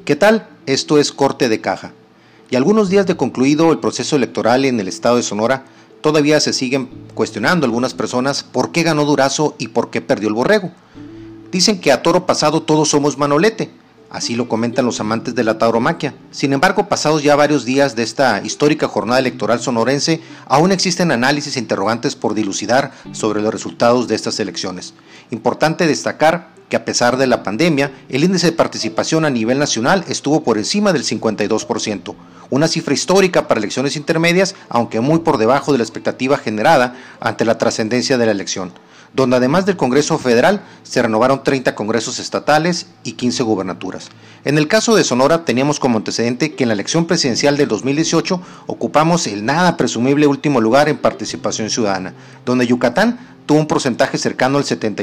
¿Qué tal? Esto es Corte de Caja. Y algunos días de concluido el proceso electoral en el estado de Sonora, todavía se siguen cuestionando algunas personas por qué ganó Durazo y por qué perdió el borrego. Dicen que a toro pasado todos somos manolete, así lo comentan los amantes de la tauromaquia. Sin embargo, pasados ya varios días de esta histórica jornada electoral sonorense, aún existen análisis e interrogantes por dilucidar sobre los resultados de estas elecciones. Importante destacar que a pesar de la pandemia, el índice de participación a nivel nacional estuvo por encima del 52%, una cifra histórica para elecciones intermedias, aunque muy por debajo de la expectativa generada ante la trascendencia de la elección, donde además del Congreso Federal se renovaron 30 congresos estatales y 15 gubernaturas. En el caso de Sonora teníamos como antecedente que en la elección presidencial del 2018 ocupamos el nada presumible último lugar en participación ciudadana, donde Yucatán tuvo un porcentaje cercano al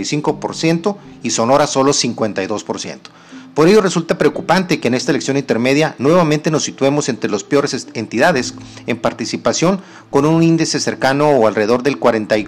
75% y Sonora solo 52%. Por ello resulta preocupante que en esta elección intermedia nuevamente nos situemos entre las peores entidades en participación con un índice cercano o alrededor del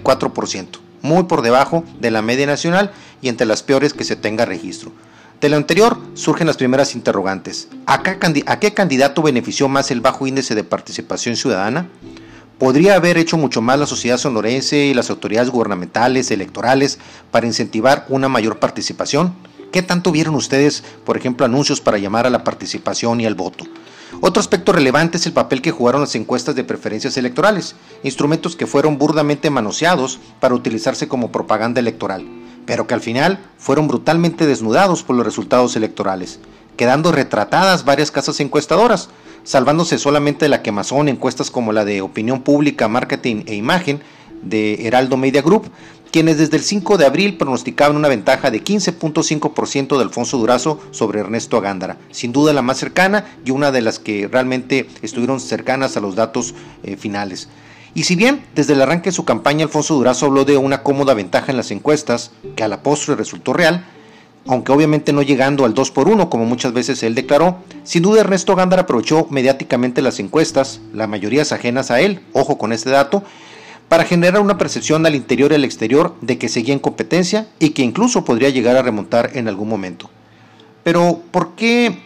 44%, muy por debajo de la media nacional y entre las peores que se tenga registro. De lo anterior surgen las primeras interrogantes. ¿A qué candidato benefició más el bajo índice de participación ciudadana? ¿Podría haber hecho mucho más la sociedad sonorense y las autoridades gubernamentales, electorales, para incentivar una mayor participación? ¿Qué tanto vieron ustedes, por ejemplo, anuncios para llamar a la participación y al voto? Otro aspecto relevante es el papel que jugaron las encuestas de preferencias electorales, instrumentos que fueron burdamente manoseados para utilizarse como propaganda electoral, pero que al final fueron brutalmente desnudados por los resultados electorales, quedando retratadas varias casas encuestadoras, salvándose solamente la quemazón encuestas como la de Opinión Pública, Marketing e Imagen de Heraldo Media Group, quienes desde el 5 de abril pronosticaban una ventaja de 15.5% de Alfonso Durazo sobre Ernesto Gándara, sin duda la más cercana y una de las que realmente estuvieron cercanas a los datos finales. Y si bien desde el arranque de su campaña Alfonso Durazo habló de una cómoda ventaja en las encuestas, que a la postre resultó real, aunque obviamente no llegando al 2-1 como muchas veces él declaró, sin duda Ernesto Gándara aprovechó mediáticamente las encuestas, la mayoría ajenas a él, ojo con este dato, para generar una percepción al interior y al exterior de que seguía en competencia y que incluso podría llegar a remontar en algún momento. Pero ¿qué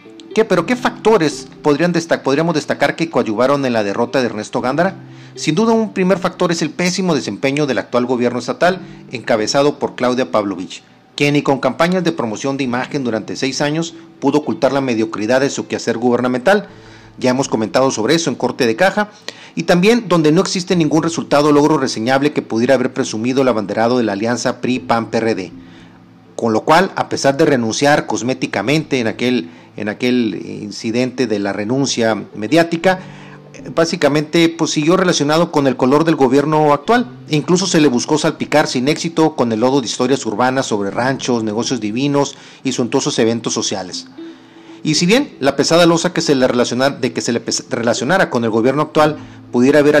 factores podríamos destacar que coadyuvaron en la derrota de Ernesto Gándara? Sin duda un primer factor es el pésimo desempeño del actual gobierno estatal encabezado por Claudia Pavlovich, quien ni con campañas de promoción de imagen durante 6 años pudo ocultar la mediocridad de su quehacer gubernamental. Ya hemos comentado sobre eso en Corte de Caja, y también donde no existe ningún resultado o logro reseñable que pudiera haber presumido el abanderado de la alianza PRI-PAN-PRD. Con lo cual, a pesar de renunciar cosméticamente en aquel incidente de la renuncia mediática, básicamente siguió relacionado con el color del gobierno actual e incluso se le buscó salpicar sin éxito con el lodo de historias urbanas sobre ranchos, negocios divinos y suntuosos eventos sociales. Y si bien la pesada losa que se le relacionara con el gobierno actual se pudiera haber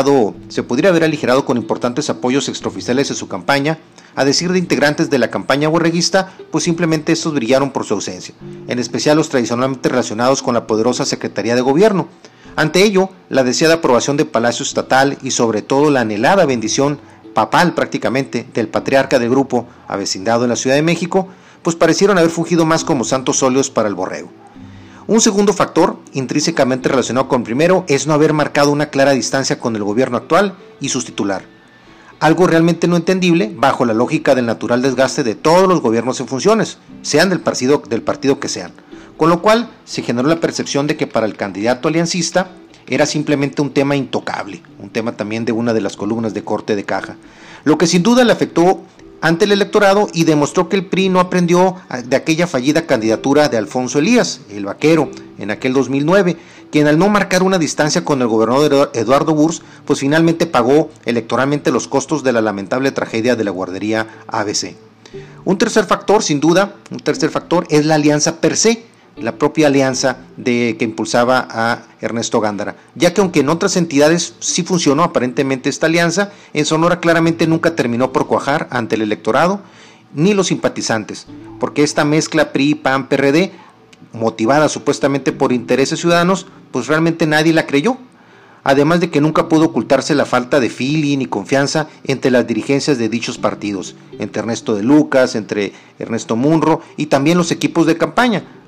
aligerado con importantes apoyos extraoficiales de su campaña, a decir de integrantes de la campaña borreguista, simplemente estos brillaron por su ausencia, en especial los tradicionalmente relacionados con la poderosa Secretaría de Gobierno. Ante ello, la deseada aprobación del Palacio Estatal y sobre todo la anhelada bendición papal prácticamente del patriarca del grupo avecindado en la Ciudad de México, parecieron haber fungido más como santos óleos para el borrego. Un segundo factor, intrínsecamente relacionado con el primero, es no haber marcado una clara distancia con el gobierno actual y su titular. Algo realmente no entendible bajo la lógica del natural desgaste de todos los gobiernos en funciones, sean del partido que sean. Con lo cual se generó la percepción de que para el candidato aliancista era simplemente un tema intocable, un tema también de una de las columnas de Corte de Caja, lo que sin duda le afectó ante el electorado y demostró que el PRI no aprendió de aquella fallida candidatura de Alfonso Elías, el vaquero, en aquel 2009, quien al no marcar una distancia con el gobernador Eduardo Burrs, finalmente pagó electoralmente los costos de la lamentable tragedia de la guardería ABC. Un tercer factor, sin duda, es la alianza per se, la propia alianza que impulsaba a Ernesto Gándara, ya que aunque en otras entidades sí funcionó aparentemente esta alianza, en Sonora claramente nunca terminó por cuajar ante el electorado ni los simpatizantes, porque esta mezcla PRI, PAN, PRD, motivada supuestamente por intereses ciudadanos, realmente nadie la creyó. Además de que nunca pudo ocultarse la falta de feeling y confianza entre las dirigencias de dichos partidos, entre Ernesto de Lucas, entre Ernesto Munro y también los equipos de campaña,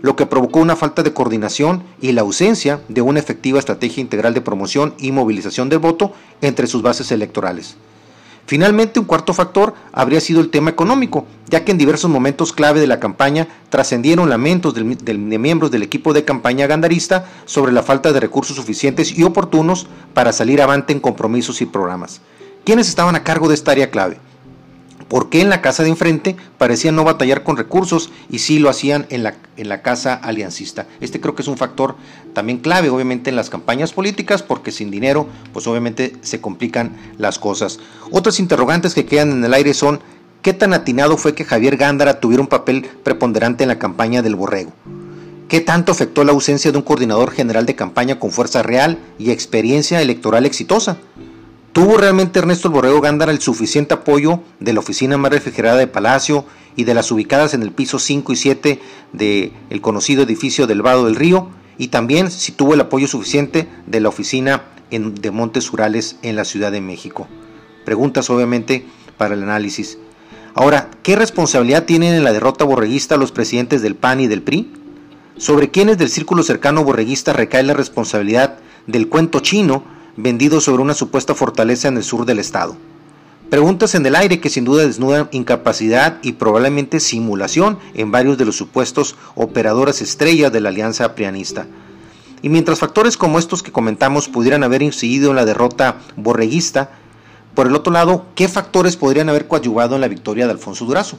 lo que provocó una falta de coordinación y la ausencia de una efectiva estrategia integral de promoción y movilización del voto entre sus bases electorales. Finalmente, un cuarto factor habría sido el tema económico, ya que en diversos momentos clave de la campaña trascendieron lamentos de miembros del equipo de campaña gandarista sobre la falta de recursos suficientes y oportunos para salir avante en compromisos y programas. ¿Quiénes estaban a cargo de esta área clave? ¿Por qué en la casa de enfrente parecían no batallar con recursos y sí lo hacían en la casa aliancista? Este creo que es un factor también clave, obviamente, en las campañas políticas, porque sin dinero, pues obviamente se complican las cosas. Otras interrogantes que quedan en el aire son: ¿qué tan atinado fue que Javier Gándara tuviera un papel preponderante en la campaña del Borrego? ¿Qué tanto afectó la ausencia de un coordinador general de campaña con fuerza real y experiencia electoral exitosa? ¿Tuvo realmente Ernesto el Borrego Gándara el suficiente apoyo de la oficina más refrigerada de Palacio y de las ubicadas en el piso 5 y 7 del conocido edificio del Vado del Río? Y también si tuvo el apoyo suficiente de la oficina de Montes Urales en la Ciudad de México. Preguntas obviamente para el análisis. Ahora, ¿qué responsabilidad tienen en la derrota borreguista los presidentes del PAN y del PRI? ¿Sobre quiénes del círculo cercano borreguista recae la responsabilidad del cuento chino vendido sobre una supuesta fortaleza en el sur del estado? Preguntas en el aire que sin duda desnudan incapacidad y probablemente simulación en varios de los supuestos operadores estrellas de la alianza prianista. Y mientras factores como estos que comentamos pudieran haber incidido en la derrota borreguista, por el otro lado, ¿qué factores podrían haber coadyuvado en la victoria de Alfonso Durazo?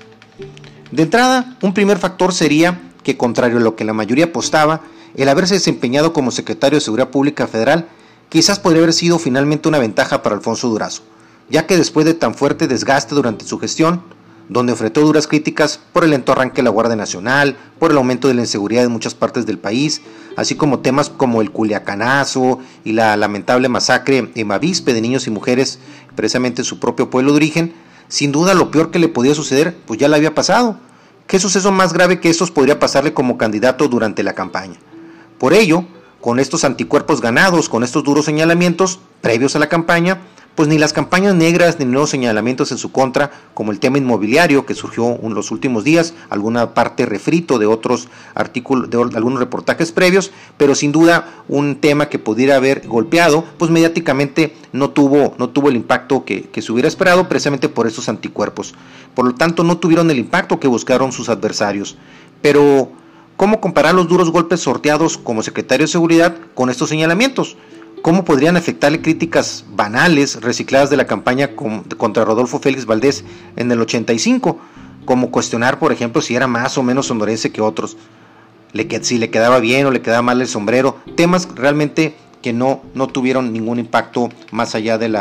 De entrada, un primer factor sería que, contrario a lo que la mayoría apostaba, el haberse desempeñado como secretario de Seguridad Pública Federal quizás podría haber sido finalmente una ventaja para Alfonso Durazo, ya que después de tan fuerte desgaste durante su gestión, donde enfrentó duras críticas por el lento arranque de la Guardia Nacional, por el aumento de la inseguridad en muchas partes del país, así como temas como el Culiacanazo y la lamentable masacre en Bavispe de niños y mujeres, precisamente en su propio pueblo de origen, sin duda lo peor que le podía suceder, pues ya le había pasado. ¿Qué suceso más grave que estos podría pasarle como candidato durante la campaña? Por ello, con estos anticuerpos ganados, con estos duros señalamientos previos a la campaña, pues ni las campañas negras ni nuevos señalamientos en su contra, como el tema inmobiliario que surgió en los últimos días, alguna parte refrito de otros artículos, de algunos reportajes previos, pero sin duda un tema que pudiera haber golpeado, pues mediáticamente no tuvo el impacto que se hubiera esperado, precisamente por esos anticuerpos. Por lo tanto, no tuvieron el impacto que buscaron sus adversarios. Pero ¿cómo comparar los duros golpes sorteados como secretario de Seguridad con estos señalamientos? ¿Cómo podrían afectarle críticas banales recicladas de la campaña contra Rodolfo Félix Valdés en el 85? Como cuestionar, por ejemplo, si era más o menos sonorense que otros, si le quedaba bien o le quedaba mal el sombrero, temas realmente que no tuvieron ningún impacto más allá de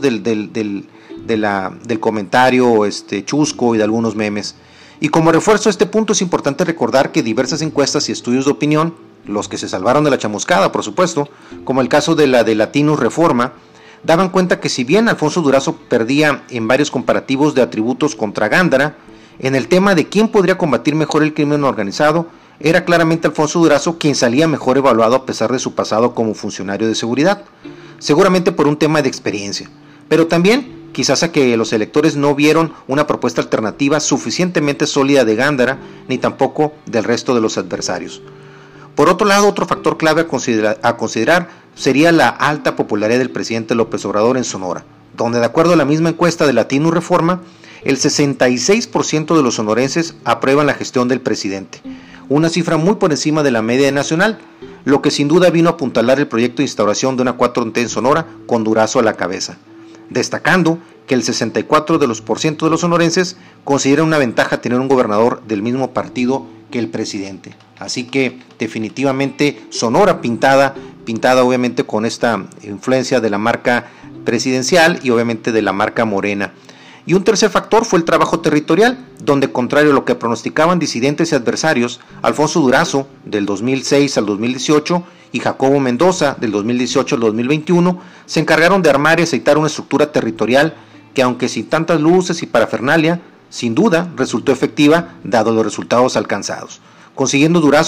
del comentario chusco y de algunos memes. Y como refuerzo a este punto es importante recordar que diversas encuestas y estudios de opinión, los que se salvaron de la chamuscada, por supuesto, como el caso de la de Latinus Reforma, daban cuenta que si bien Alfonso Durazo perdía en varios comparativos de atributos contra Gándara, en el tema de quién podría combatir mejor el crimen organizado, era claramente Alfonso Durazo quien salía mejor evaluado a pesar de su pasado como funcionario de seguridad, seguramente por un tema de experiencia, pero también quizás a que los electores no vieron una propuesta alternativa suficientemente sólida de Gándara, ni tampoco del resto de los adversarios. Por otro lado, otro factor clave a considerar sería la alta popularidad del presidente López Obrador en Sonora, donde de acuerdo a la misma encuesta de Latinus Reforma, el 66% de los sonorenses aprueban la gestión del presidente, una cifra muy por encima de la media nacional, lo que sin duda vino a apuntalar el proyecto de instauración de una 4T en Sonora con Durazo a la cabeza, destacando que el 64% de los sonorenses consideran una ventaja tener un gobernador del mismo partido que el presidente. Así que definitivamente Sonora pintada obviamente con esta influencia de la marca presidencial y obviamente de la marca Morena. Y un tercer factor fue el trabajo territorial, donde contrario a lo que pronosticaban disidentes y adversarios, Alfonso Durazo del 2006 al 2018 y Jacobo Mendoza del 2018 al 2021 se encargaron de armar y aceitar una estructura territorial que, aunque sin tantas luces y parafernalia, sin duda resultó efectiva dado los resultados alcanzados, consiguiendo Durazo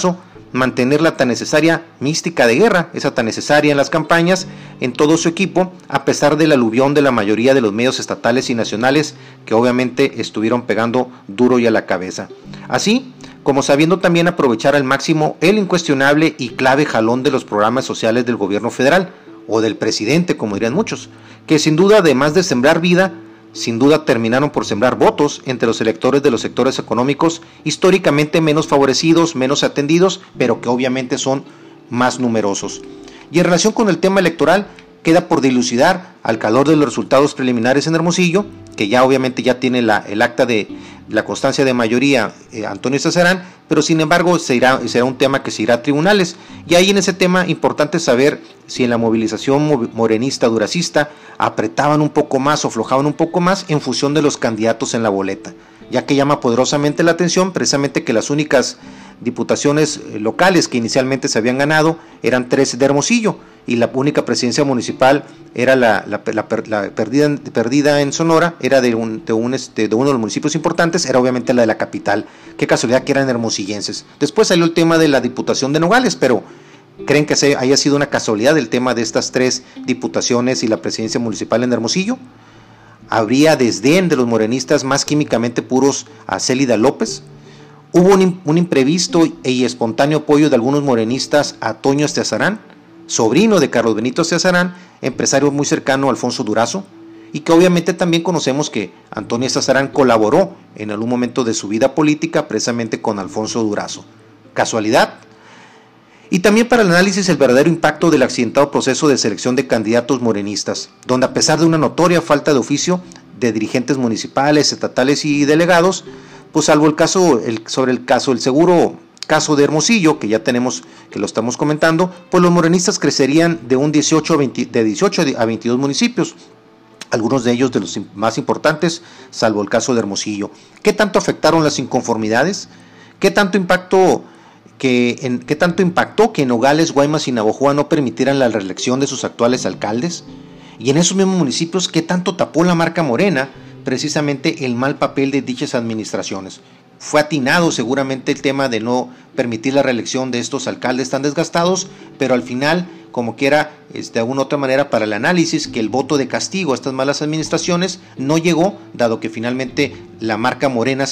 mantener la tan necesaria mística de guerra, esa tan necesaria en las campañas, en todo su equipo, a pesar del aluvión de la mayoría de los medios estatales y nacionales que obviamente estuvieron pegando duro y a la cabeza. Así como sabiendo también aprovechar al máximo el incuestionable y clave jalón de los programas sociales del gobierno federal, o del presidente, como dirían muchos, que sin duda, además de sembrar vida, sin duda terminaron por sembrar votos entre los electores de los sectores económicos históricamente menos favorecidos, menos atendidos, pero que obviamente son más numerosos. Y en relación con el tema electoral, queda por dilucidar, al calor de los resultados preliminares en Hermosillo, que ya obviamente ya tiene el acta de la constancia de mayoría Antonio Cesarán, pero sin embargo será un tema que se irá a tribunales. Y ahí en ese tema importante saber si en la movilización morenista duracista apretaban un poco más o aflojaban un poco más en función de los candidatos en la boleta, ya que llama poderosamente la atención precisamente que las únicas diputaciones locales que inicialmente se habían ganado eran 3 de Hermosillo, y la única presidencia municipal era la perdida en Sonora, era de uno de los municipios importantes, era obviamente la de la capital. Qué casualidad que eran hermosillenses. Después salió el tema de la diputación de Nogales, pero ¿creen que haya sido una casualidad el tema de estas 3 diputaciones y la presidencia municipal en Hermosillo? ¿Habría desdén de los morenistas más químicamente puros a Célida López? ¿Hubo un imprevisto y espontáneo apoyo de algunos morenistas a Toño Esteazarán, sobrino de Carlos Benito Esteazarán, empresario muy cercano a Alfonso Durazo? Y que obviamente también conocemos que Antonio Esteazarán colaboró en algún momento de su vida política precisamente con Alfonso Durazo. ¿Casualidad? Y también para el análisis el verdadero impacto del accidentado proceso de selección de candidatos morenistas, donde a pesar de una notoria falta de oficio de dirigentes municipales, estatales y delegados, pues salvo el seguro caso de Hermosillo, que ya tenemos, que lo estamos comentando, pues los morenistas crecerían de 18 a 22 municipios, algunos de ellos de los más importantes, salvo el caso de Hermosillo. ¿Qué tanto afectaron las inconformidades? ¿Qué tanto impactó que en Nogales, Guaymas y Navojoa no permitieran la reelección de sus actuales alcaldes? Y en esos mismos municipios, ¿qué tanto tapó la marca morena precisamente el mal papel de dichas administraciones? Fue atinado seguramente el tema de no permitir la reelección de estos alcaldes tan desgastados, pero al final, como quiera, de alguna u otra manera para el análisis, que el voto de castigo a estas malas administraciones no llegó, dado que finalmente la marca morena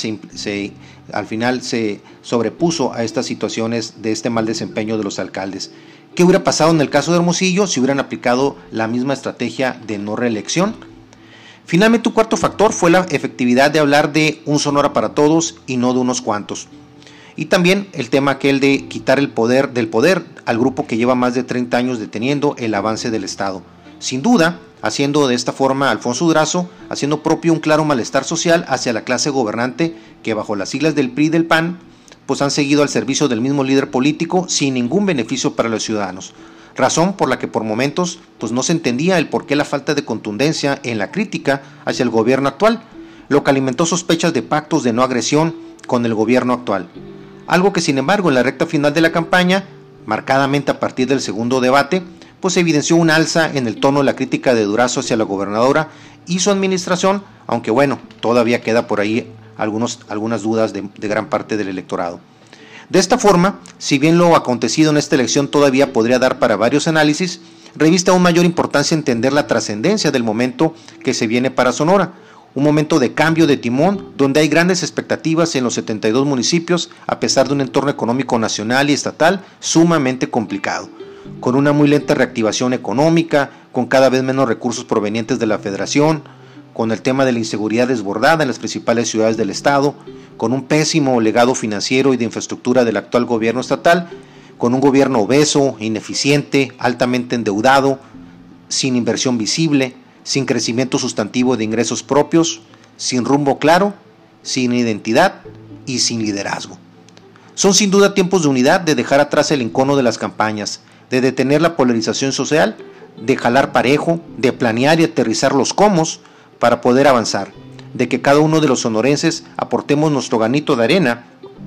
al final se sobrepuso a estas situaciones de este mal desempeño de los alcaldes. ¿Qué hubiera pasado en el caso de Hermosillo si hubieran aplicado la misma estrategia de no reelección? Finalmente, un cuarto factor fue la efectividad de hablar de un Sonora para todos y no de unos cuantos. Y también el tema aquel de quitar el poder del poder al grupo que lleva más de 30 años deteniendo el avance del Estado. Sin duda, haciendo de esta forma Alfonso Durazo, haciendo propio un claro malestar social hacia la clase gobernante que bajo las siglas del PRI y del PAN, pues han seguido al servicio del mismo líder político sin ningún beneficio para los ciudadanos. Razón por la que por momentos pues no se entendía el por qué la falta de contundencia en la crítica hacia el gobierno actual, lo que alimentó sospechas de pactos de no agresión con el gobierno actual. Algo que sin embargo en la recta final de la campaña, marcadamente a partir del segundo debate, pues evidenció un alza en el tono de la crítica de Durazo hacia la gobernadora y su administración, aunque bueno, todavía queda por ahí algunas dudas de gran parte del electorado. De esta forma, si bien lo acontecido en esta elección todavía podría dar para varios análisis, reviste aún mayor importancia entender la trascendencia del momento que se viene para Sonora, un momento de cambio de timón donde hay grandes expectativas en los 72 municipios a pesar de un entorno económico nacional y estatal sumamente complicado, con una muy lenta reactivación económica, con cada vez menos recursos provenientes de la federación, con el tema de la inseguridad desbordada en las principales ciudades del estado, con un pésimo legado financiero y de infraestructura del actual gobierno estatal, con un gobierno obeso, ineficiente, altamente endeudado, sin inversión visible, sin crecimiento sustantivo de ingresos propios, sin rumbo claro, sin identidad y sin liderazgo. Son sin duda tiempos de unidad, de dejar atrás el encono de las campañas, de detener la polarización social, de jalar parejo, de planear y aterrizar los cómos para poder avanzar, de que cada uno de los sonorenses aportemos nuestro granito de arena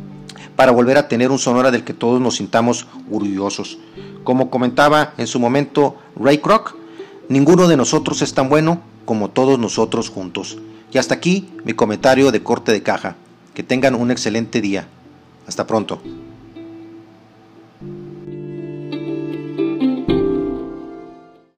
para volver a tener un Sonora del que todos nos sintamos orgullosos. Como comentaba en su momento Ray Kroc, ninguno de nosotros es tan bueno como todos nosotros juntos. Y hasta aquí mi comentario de corte de caja. Que tengan un excelente día. Hasta pronto.